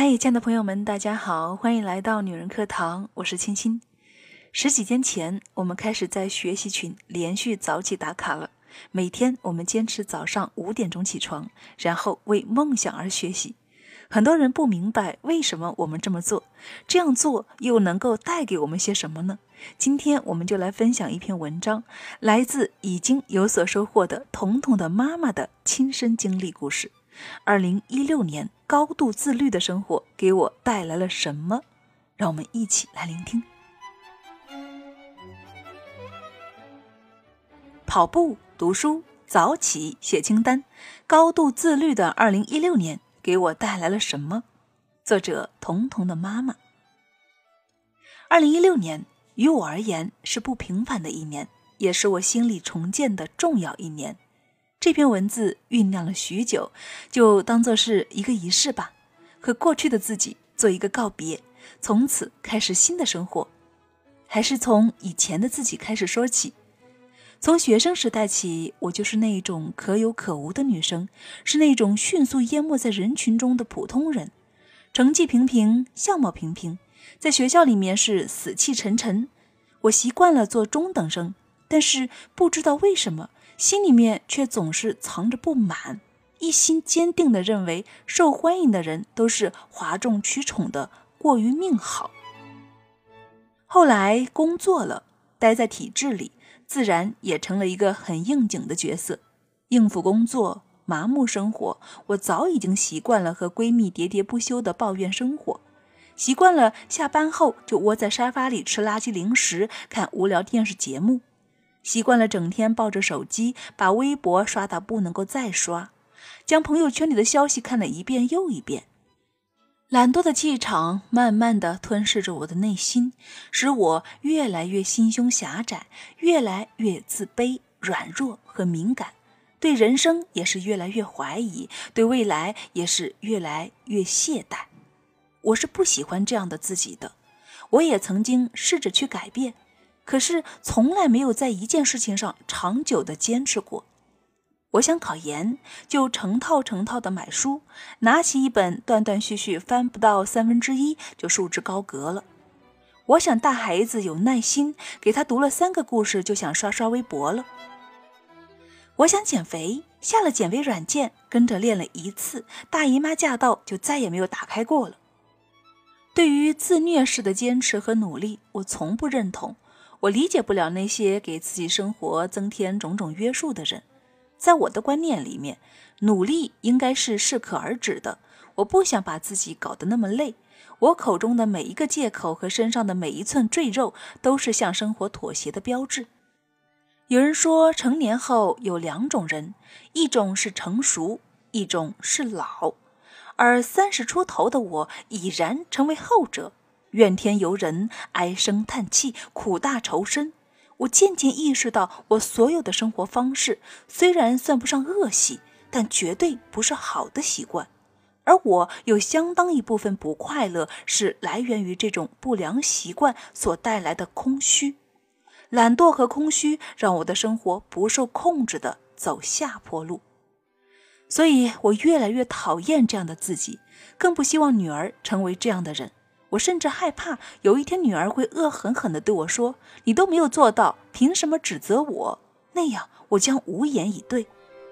嗨，亲爱的朋友们，大家好，欢迎来到女人课堂，我是青青。10几天前，我们开始在学习群连续早起打卡了。每天我们坚持早上5点钟起床，然后为梦想而学习。很多人不明白为什么我们这么做，这样做又能够带给我们些什么呢？今天我们就来分享一篇文章，来自已经有所收获的彤彤的妈妈的亲身经历故事。2016年高度自律的生活给我带来了什么？让我们一起来聆听。跑步、读书、早起、写清单，高度自律的2016年给我带来了什么？作者彤彤的妈妈。2016年于我而言是不平凡的一年，也是我心理重建的重要一年。这篇文字酝酿了许久，就当作是一个仪式吧，和过去的自己做一个告别，从此开始新的生活。还是从以前的自己开始说起。从学生时代起，我就是那种可有可无的女生，是那种迅速淹没在人群中的普通人，成绩平平，相貌平平，在学校里面是死气沉沉。我习惯了做中等生，但是不知道为什么心里面却总是藏着不满，一心坚定地认为受欢迎的人都是哗众取宠的，过于命好。后来工作了，待在体制里，自然也成了一个很应景的角色。应付工作，麻木生活，我早已经习惯了和闺蜜喋喋不休的抱怨生活，习惯了下班后就窝在沙发里吃垃圾零食，看无聊电视节目，习惯了整天抱着手机，把微博刷到不能够再刷，将朋友圈里的消息看了一遍又一遍。懒惰的气场慢慢地吞噬着我的内心，使我越来越心胸狭窄，越来越自卑、软弱和敏感，对人生也是越来越怀疑，对未来也是越来越懈怠。我是不喜欢这样的自己的，我也曾经试着去改变，可是从来没有在一件事情上长久的坚持过。我想考研，就成套的买书，拿起一本断断续续翻不到1/3就束之高阁了。我想大孩子有耐心，给他读了3个故事就想刷微博了。我想减肥，下了减肥软件，跟着练了1次，大姨妈驾到就再也没有打开过了。对于自虐式的坚持和努力，我从不认同，我理解不了那些给自己生活增添种种约束的人。在我的观念里面，努力应该是适可而止的，我不想把自己搞得那么累。我口中的每一个借口和身上的每一寸赘肉，都是向生活妥协的标志。有人说成年后有2种人，一种是成熟，一种是老，而30出头的我已然成为后者，怨天尤人，唉声叹气，苦大仇深。我渐渐意识到，我所有的生活方式虽然算不上恶习，但绝对不是好的习惯，而我有相当一部分不快乐是来源于这种不良习惯所带来的空虚。懒惰和空虚让我的生活不受控制地走下坡路，所以我越来越讨厌这样的自己，更不希望女儿成为这样的人。我甚至害怕有一天女儿会恶狠狠地对我说，你都没有做到，凭什么指责我？那样我将无言以对。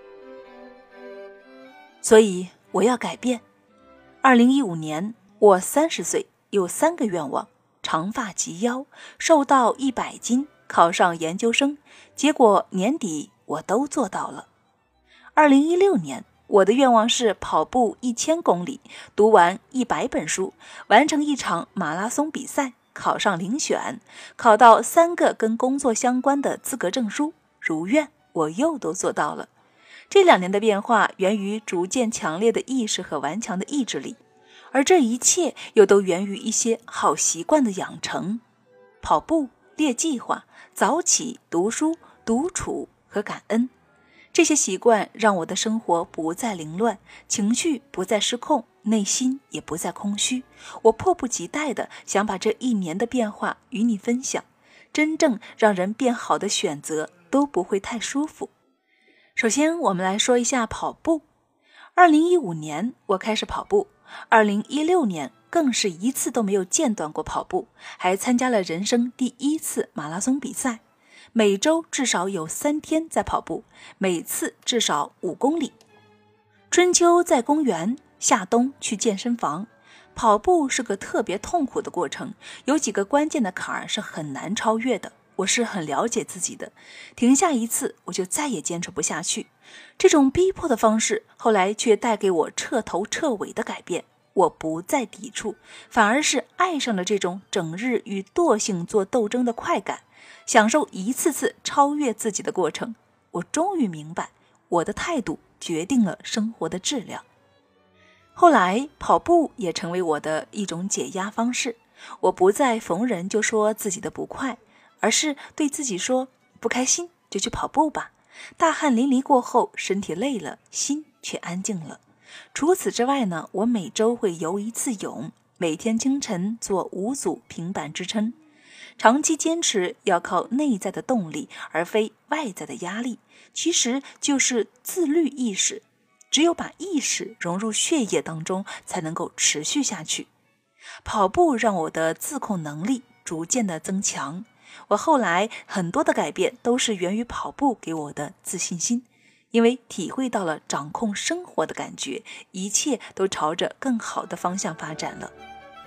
所以我要改变。2015年我30岁，有3个愿望：长发及腰，瘦到100斤，考上研究生。结果年底我都做到了。2016年我的愿望是跑步1000公里，读完100本书，完成一场马拉松比赛，考上遴选，考到3个跟工作相关的资格证书，如愿我又都做到了。这2年的变化源于逐渐强烈的意识和顽强的意志力，而这一切又都源于一些好习惯的养成：跑步、列计划、早起、读书、独处和感恩。这些习惯让我的生活不再凌乱，情绪不再失控，内心也不再空虚。我迫不及待地想把这1年的变化与你分享。真正让人变好的选择都不会太舒服。首先我们来说一下跑步。2015年我开始跑步， 2016年更是一次都没有间断过跑步，还参加了人生第1次马拉松比赛，每周至少有3天在跑步，每次至少5公里。春秋在公园，夏冬去健身房。跑步是个特别痛苦的过程，有几个关键的坎儿是很难超越的。我是很了解自己的，停下一次我就再也坚持不下去。这种逼迫的方式后来却带给我彻头彻尾的改变。我不再抵触，反而是爱上了这种整日与惰性做斗争的快感，享受一次次超越自己的过程。我终于明白，我的态度决定了生活的质量。后来跑步也成为我的一种解压方式，我不再逢人就说自己的不快，而是对自己说，不开心就去跑步吧。大汗淋漓过后，身体累了，心却安静了。除此之外呢，我每周会游1次泳，每天清晨做5组平板支撑。长期坚持要靠内在的动力，而非外在的压力，其实就是自律意识。只有把意识融入血液当中，才能够持续下去。跑步让我的自控能力逐渐的增强，我后来很多的改变都是源于跑步给我的自信心，因为体会到了掌控生活的感觉，一切都朝着更好的方向发展了。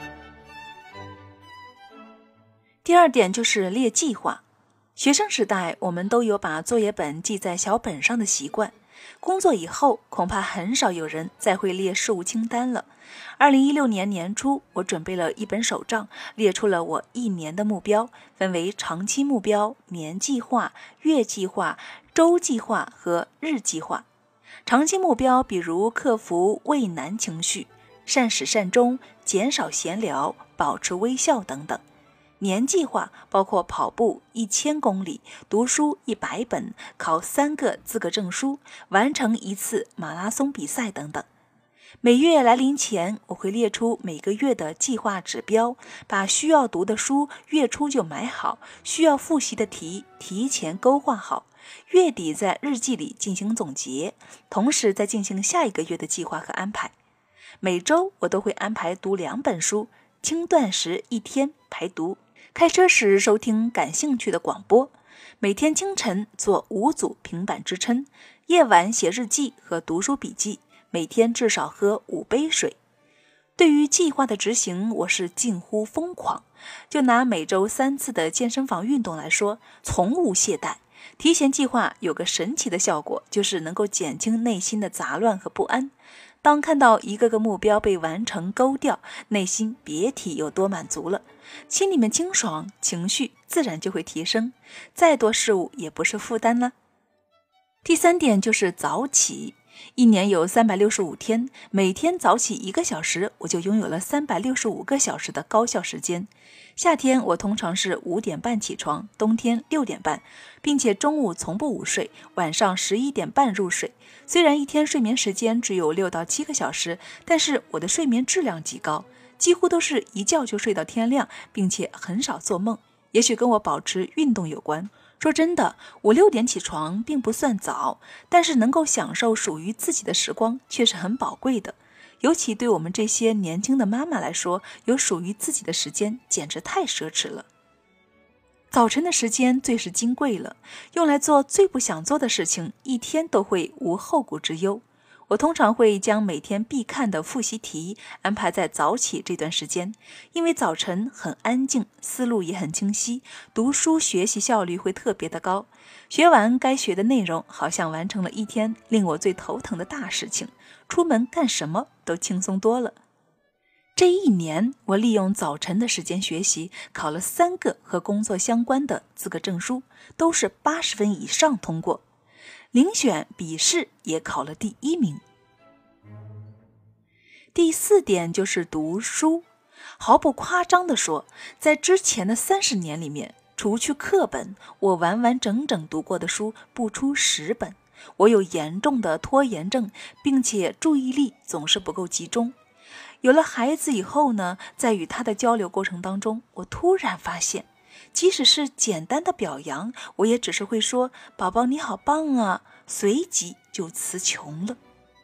第2点就是列计划。学生时代我们都有把作业本记在小本上的习惯，工作以后恐怕很少有人再会列事务清单了。2016年年初，我准备了一本手账，列出了我1年的目标，分为长期目标、年计划、月计划、周计划和日计划。长期目标比如克服畏难情绪、善始善终、减少闲聊、保持微笑等等。年计划包括跑步1000公里、读书100本、考3个资格证书、完成1次马拉松比赛等等。每月来临前，我会列出每个月的计划指标，把需要读的书月初就买好，需要复习的题提前勾画好，月底在日记里进行总结，同时再进行下一个月的计划和安排。每周我都会安排读2本书，轻断食1天排毒，开车时收听感兴趣的广播，每天清晨做5组平板支撑，夜晚写日记和读书笔记，每天至少喝5杯水。对于计划的执行，我是近乎疯狂。就拿每周3次的健身房运动来说，从无懈怠。提前计划有个神奇的效果，就是能够减轻内心的杂乱和不安。当看到一个个目标被完成勾掉，内心别提有多满足了，心里面清爽，情绪自然就会提升，再多事物也不是负担了。第3点就是早起。1年有365天，每天早起1个小时，我就拥有了365个小时的高效时间。夏天我通常是5点半起床，冬天6点半，并且中午从不午睡，晚上11点半入睡。虽然一天睡眠时间只有6到7个小时，但是我的睡眠质量极高，几乎都是一觉就睡到天亮，并且很少做梦，也许跟我保持运动有关。说真的，我6点起床并不算早，但是能够享受属于自己的时光却是很宝贵的。尤其对我们这些年轻的妈妈来说，有属于自己的时间简直太奢侈了。早晨的时间最是金贵了，用来做最不想做的事情，一天都会无后顾之忧。我通常会将每天必看的复习题安排在早起这段时间，因为早晨很安静，思路也很清晰，读书学习效率会特别的高。学完该学的内容，好像完成了一天令我最头疼的大事情，出门干什么都轻松多了。这1年，我利用早晨的时间学习，考了3个和工作相关的资格证书，都是80分以上通过。遴选笔试也考了第1名。第4点就是读书。毫不夸张地说，在之前的30年里面，除去课本，我完完整整读过的书不出10本。我有严重的拖延症，并且注意力总是不够集中。有了孩子以后呢，在与他的交流过程当中，我突然发现，即使是简单的表扬，我也只是会说宝宝你好棒啊，随即就词穷了。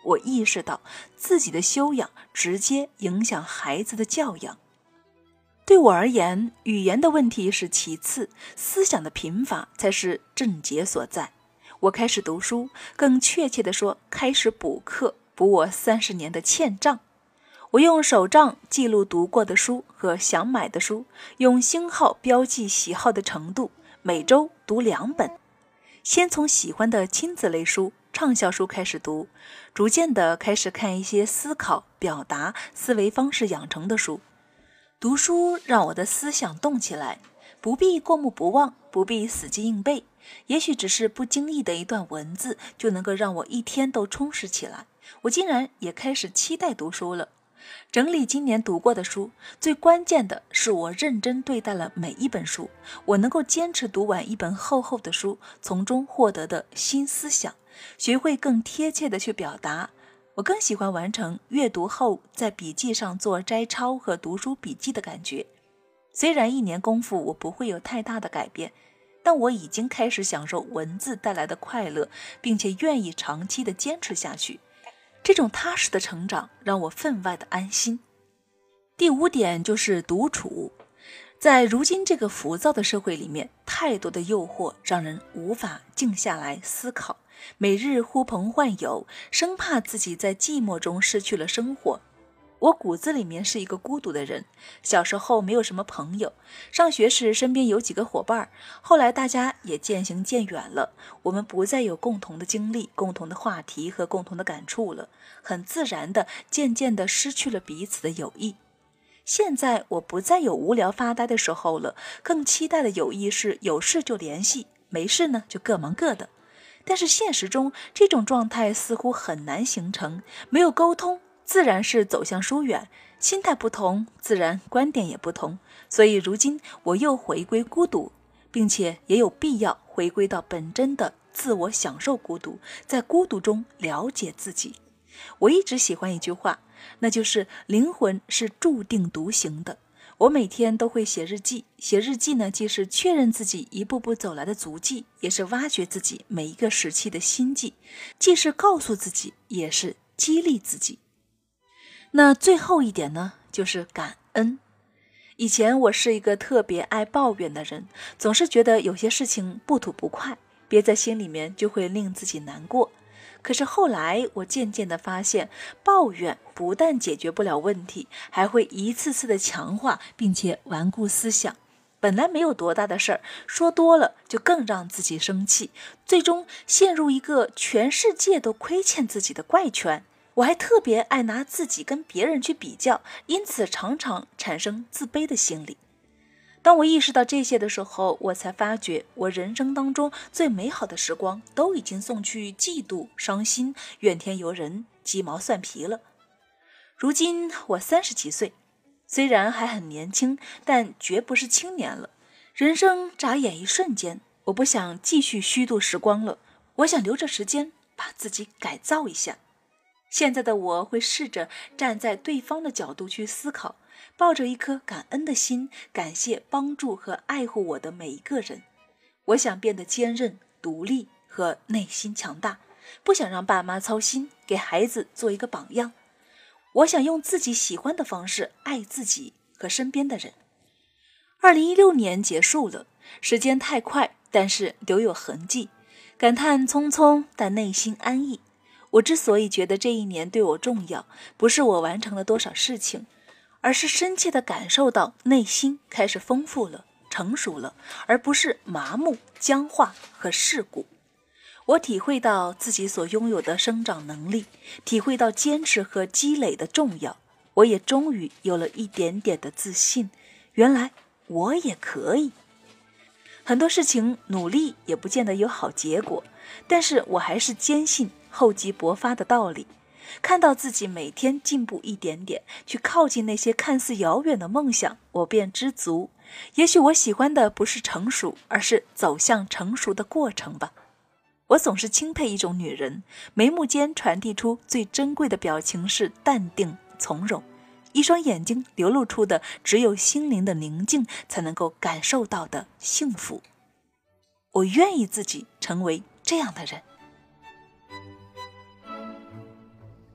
我意识到自己的修养直接影响孩子的教养。对我而言，语言的问题是其次，思想的贫乏才是症结所在。我开始读书，更确切地说，开始补课，补我30年的欠账。我用手账记录读过的书和想买的书，用星号标记喜好的程度，每周读2本。先从喜欢的亲子类书、畅销书开始读，逐渐地开始看一些思考、表达、思维方式养成的书。读书让我的思想动起来，不必过目不忘，不必死记硬背，也许只是不经意的一段文字就能够让我一天都充实起来。我竟然也开始期待读书了。整理今年读过的书，最关键的是我认真对待了每一本书，我能够坚持读完一本厚厚的书，从中获得的新思想，学会更贴切的去表达。我更喜欢完成阅读后在笔记上做摘抄和读书笔记的感觉。虽然1年功夫我不会有太大的改变，但我已经开始享受文字带来的快乐，并且愿意长期的坚持下去。这种踏实的成长让我分外的安心。第5点就是独处。在如今这个浮躁的社会里面，太多的诱惑让人无法静下来思考，每日呼朋唤友，生怕自己在寂寞中失去了生活。我骨子里面是一个孤独的人，小时候没有什么朋友，上学时身边有几个伙伴，后来大家也渐行渐远了，我们不再有共同的经历、共同的话题和共同的感触了，很自然的渐渐的失去了彼此的友谊。现在我不再有无聊发呆的时候了，更期待的友谊是有事就联系，没事呢就各忙各的。但是现实中这种状态似乎很难形成，没有沟通自然是走向疏远，心态不同自然观点也不同。所以如今我又回归孤独，并且也有必要回归到本真的自我享受孤独，在孤独中了解自己。我一直喜欢一句话，那就是灵魂是注定独行的。我每天都会写日记，写日记呢，既是确认自己一步步走来的足迹，也是挖掘自己每一个时期的心迹，既是告诉自己，也是激励自己。那最后一点呢，就是感恩。以前我是一个特别爱抱怨的人，总是觉得有些事情不吐不快，憋在心里面就会令自己难过。可是后来我渐渐地发现，抱怨不但解决不了问题，还会一次次的强化并且顽固思想。本来没有多大的事儿，说多了就更让自己生气，最终陷入一个全世界都亏欠自己的怪圈。我还特别爱拿自己跟别人去比较，因此常常产生自卑的心理。当我意识到这些的时候，我才发觉我人生当中最美好的时光都已经送去嫉妒、伤心、怨天尤人、鸡毛蒜皮了。如今我30几岁，虽然还很年轻，但绝不是青年了。人生眨眼一瞬间，我不想继续虚度时光了，我想留着时间把自己改造一下。现在的我会试着站在对方的角度去思考，抱着一颗感恩的心，感谢帮助和爱护我的每一个人。我想变得坚韧、独立和内心强大，不想让爸妈操心，给孩子做一个榜样。我想用自己喜欢的方式爱自己和身边的人。2016年结束了，时间太快，但是留有痕迹，感叹匆匆，但内心安逸。我之所以觉得这一年对我重要，不是我完成了多少事情，而是深切地感受到内心开始丰富了、成熟了，而不是麻木、僵化和世故。我体会到自己所拥有的生长能力，体会到坚持和积累的重要。我也终于有了一点点的自信，原来我也可以。很多事情努力也不见得有好结果，但是我还是坚信厚积薄发的道理，看到自己每天进步一点点，去靠近那些看似遥远的梦想，我便知足。也许我喜欢的不是成熟，而是走向成熟的过程吧。我总是钦佩一种女人，眉目间传递出最珍贵的表情是淡定从容，一双眼睛流露出的只有心灵的宁静才能够感受到的幸福。我愿意自己成为这样的人。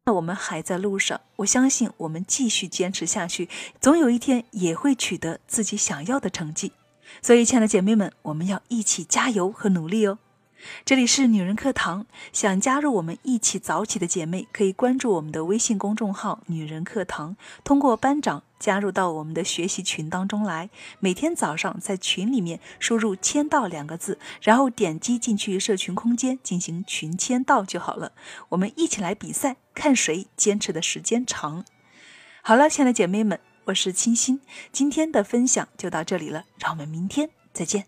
我们还在路上，我相信我们继续坚持下去，总有一天也会取得自己想要的成绩。所以亲爱的姐妹们，我们要一起加油和努力哦。这里是女人课堂，想加入我们一起早起的姐妹可以关注我们的微信公众号女人课堂，通过班长加入到我们的学习群当中来，每天早上在群里面输入签到2个字，然后点击进去社群空间进行群签到就好了。我们一起来比赛，看谁坚持的时间长。好了，亲爱的姐妹们，我是清心，今天的分享就到这里了，让我们明天再见。